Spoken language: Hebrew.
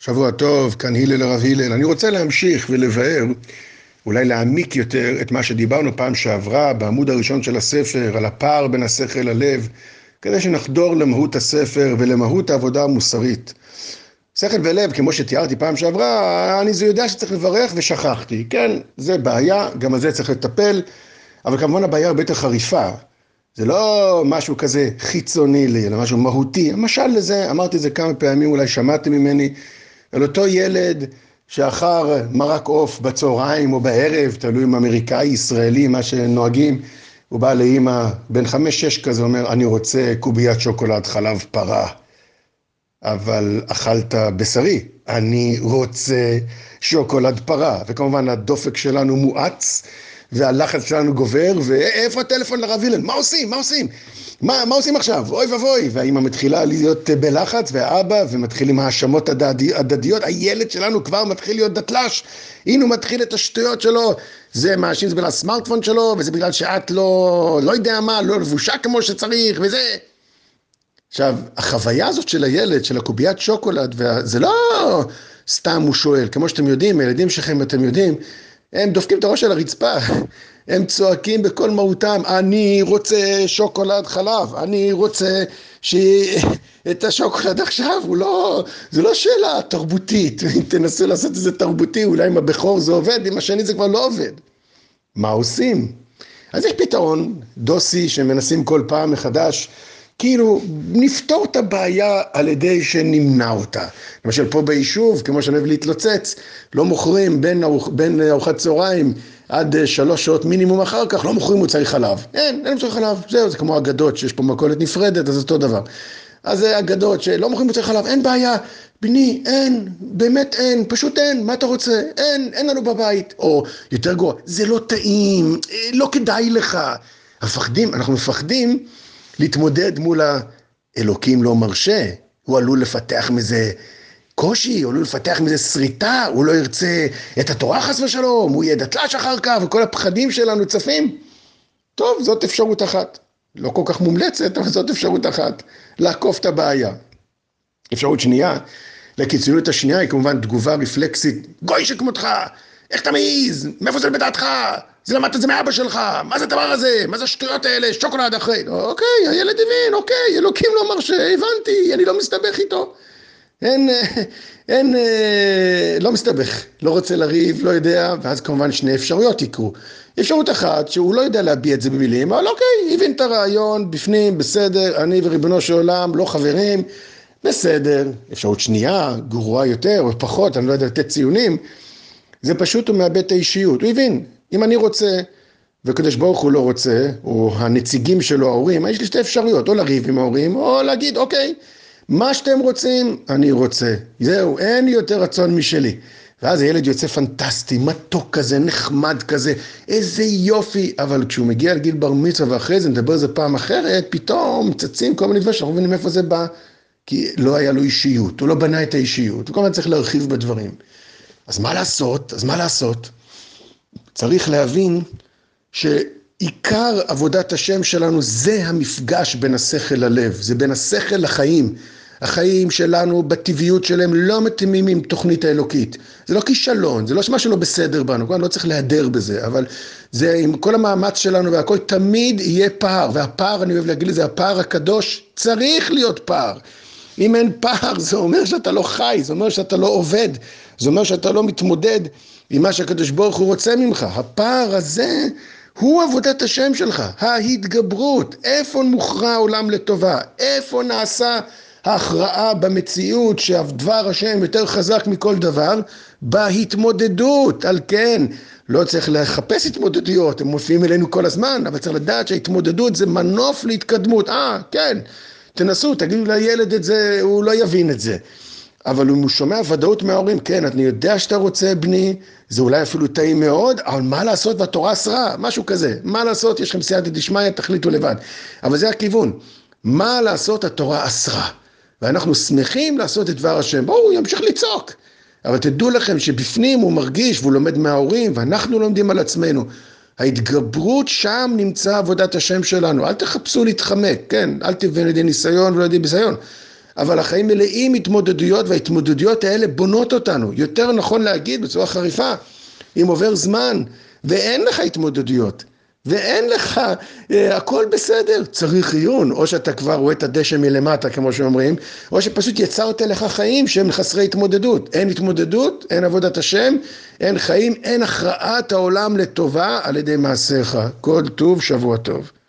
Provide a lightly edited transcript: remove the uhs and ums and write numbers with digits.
שבוע טוב, כאן הלל הרב הלל. אני רוצה להמשיך ולבאר, אולי להעמיק יותר את מה שדיברנו פעם שעברה בעמוד הראשון של הספר, על הפער בין השכל ללב, כדי שנחדור למהות הספר ולמהות העבודה המוסרית. שכל ולב, כמו שתיארתי פעם שעברה, אני יודע שצריך לברך ושכחתי. כן, זה בעיה, גם על זה צריך לטפל, אבל כמובן הבעיה הרבה יותר חריפה. זה לא משהו כזה חיצוני לי, אלא משהו מהותי. למשל לזה, אמרתי את זה כמה פעמים, אולי שמעתם ממני, על אותו ילד שאחר מרק עוף בצהריים או בערב, תלוי אם אמריקאי, ישראלי, מה שנוהגים, הוא בא לאמא, בן 5-6 כזה, אומר, אני רוצה קוביית שוקולד חלב פרה, אבל אכלת בשרי, אני רוצה שוקולד פרה, וכמובן הדופק שלנו מואץ, והלחץ שלנו גובר, ואיפה הטלפון לרב הלל? מה עושים? מה עושים? מה עושים עכשיו? אוי ובוי. והאמא מתחילה להיות בלחץ, והאבא, ומתחילים האשמות הדדיות, הילד שלנו כבר מתחיל להיות דתל"ש, הנה הוא מתחיל את השטויות שלו, זה מאשים, זה בגלל הסמארטפון שלו, וזה בגלל שאת לא יודע מה, לא לבושה כמו שצריך, וזה. עכשיו, החוויה הזאת של הילד, של הקוביית שוקולד, זה לא סתם הוא שואל, כמו שאתם יודעים, הילדים שלכם אתם יודעים, הם דופקים את הראש על הרצפה, הם צועקים בכל מהותם, אני רוצה שוקולד חלב, אני רוצה את השוקולד עכשיו, זה לא שאלה תרבותית, תנסו לעשות את זה תרבותי, אולי עם הבכור זה עובד, עם השני זה כבר לא עובד. מה עושים? אז יש פתרון דוסי שמנסים כל פעם מחדש, כאילו נפתור את הבעיה על ידי שנמנע אותה. למשל פה ביישוב, כמו שאני אוהב להתלוצץ, לא מוכרים בין ארוחת צהריים עד 3 שעות מינימום אחר כך, לא מוכרים מוצרי חלב. אין מוצרי חלב, זהו, זה כמו אגדות שיש פה מכולת נפרדת, אז זה אותו דבר. אז זה אגדות שלא מוכרים מוצרי חלב, אין בעיה, בני, אין, באמת אין, פשוט אין, מה אתה רוצה? אין לנו בבית. או יותר גרוע, זה לא טעים, לא כדאי לך. אנחנו מפחדים להתמודד מול האלוקים לא מרשה, הוא עלול לפתח מזה קושי, הוא עלול לפתח מזה שריטה, הוא לא ירצה את התורה חס ושלום, הוא יהיה דתל"ש אחר כך, וכל הפחדים שלנו צפים. טוב, זאת אפשרות אחת, לא כל כך מומלצת, אבל זאת אפשרות אחת, לעקוף את הבעיה. אפשרות שנייה, לקיצוניות השנייה היא כמובן תגובה רפלקסית, גוי שכמותך, איך אתה מעיז, מאיפה זה בדעתך? זה למדת את זה מאבא שלך, מה זה הדבר הזה? מה זה השטויות האלה? שוקולד אחרי. אוקיי, הילד הבין, אוקיי, אלוקים לא מרשה, הבנתי, אני לא מסתבך איתו. לא מסתבך, לא רוצה לריב, לא יודע, ואז כמובן 2 אפשרויות יקרו. אפשרות אחת, שהוא לא יודע להביע את זה במילים, אבל אוקיי, הבין את הרעיון, בפנים, בסדר, אני וריבונו של עולם, לא חברים, בסדר. אפשרות שנייה, גרועה יותר או פחות, אני לא יודע לתת ציונים, זה פשוט הוא מאבד את האישיות, הוא הבין. אם אני רוצה, וקדוש ברוך הוא לא רוצה, או הנציגים שלו, ההורים, יש לי 2 אפשרויות, או לריב עם ההורים, או להגיד, אוקיי, מה שאתם רוצים, אני רוצה. זהו, אין לי יותר רצון משלי. ואז הילד יוצא פנטסטי, מתוק כזה, נחמד כזה, איזה יופי. אבל כשהוא מגיע לגיל בר מצווה, ואחרי זה נדבר על זה פעם אחרת, פתאום צצים כל מיני דברים, שאנחנו מבינים איפה זה בא, כי לא היה לו אישיות, הוא לא בנה את האישיות, הוא כל הזמן צריך להרחיב בדברים. אז מה לעשות? צריך להבין שעיקר עבודת השם שלנו זה המפגש בין השכל ללב, זה בין השכל לחיים. החיים שלנו בטבעיות שלהם לא מתאימים עם תוכנית האלוקית. זה לא כישלון, זה לא שמה שלא בסדר בנו, לא צריך להיעדר בזה, אבל זה עם כל המאמץ שלנו והכל תמיד יהיה פער, והפער, אני אוהב להגיד לזה, הפער הקדוש צריך להיות פער. אם אין פער, זה אומר שאתה לא חי, זה אומר שאתה לא עובד, זה אומר שאתה לא מתמודד עם מה שהקדוש ברוך הוא רוצה ממך. הפער הזה הוא עבודת השם שלך, ההתגברות, איפה מוכרע העולם לטובה, איפה נעשה ההכרעה במציאות שהדבר השם יותר חזק מכל דבר, בהתמודדות. על כן, לא צריך לחפש התמודדויות, הם מופיעים אלינו כל הזמן, אבל צריך לדעת שההתמודדות זה מנוף להתקדמות. כן, תנסו, תגידו לילד את זה, הוא לא יבין את זה. אבל אם הוא שומע ודאות מההורים, כן, אני יודע שאתה רוצה בני, זה אולי אפילו טעים מאוד, אבל מה לעשות והתורה אסרה, משהו כזה. מה לעשות, יש לכם סייעתא דשמיא, תחליטו לבד. אבל זה הכיוון. מה לעשות, התורה אסרה. ואנחנו שמחים לעשות את דבר השם. בואו, הוא ימשיך לצעוק. אבל תדעו לכם שבפנים הוא מרגיש, והוא לומד מההורים, ואנחנו לומדים על עצמנו. ההתגברות שם נמצא עבודת השם שלנו. אל תחפשו להתחמק, כן? אל תבן לידי ניסיון ולא לידי ביזיון. אבל החיים מלאים התמודדויות, וההתמודדויות האלה בונות אותנו. יותר נכון להגיד בצורה חריפה, אם עובר זמן ואין לך התמודדויות, ואין לך, הכל בסדר, צריך עיון, או שאתה כבר רואה את הדשא מלמטה כמו שאומרים, או שפשוט יצרת לך חיים שהם חסרי התמודדות. אין התמודדות, אין עבודת השם, אין חיים, אין הכרעת העולם לטובה על ידי מעשיך. כל טוב, שבוע טוב.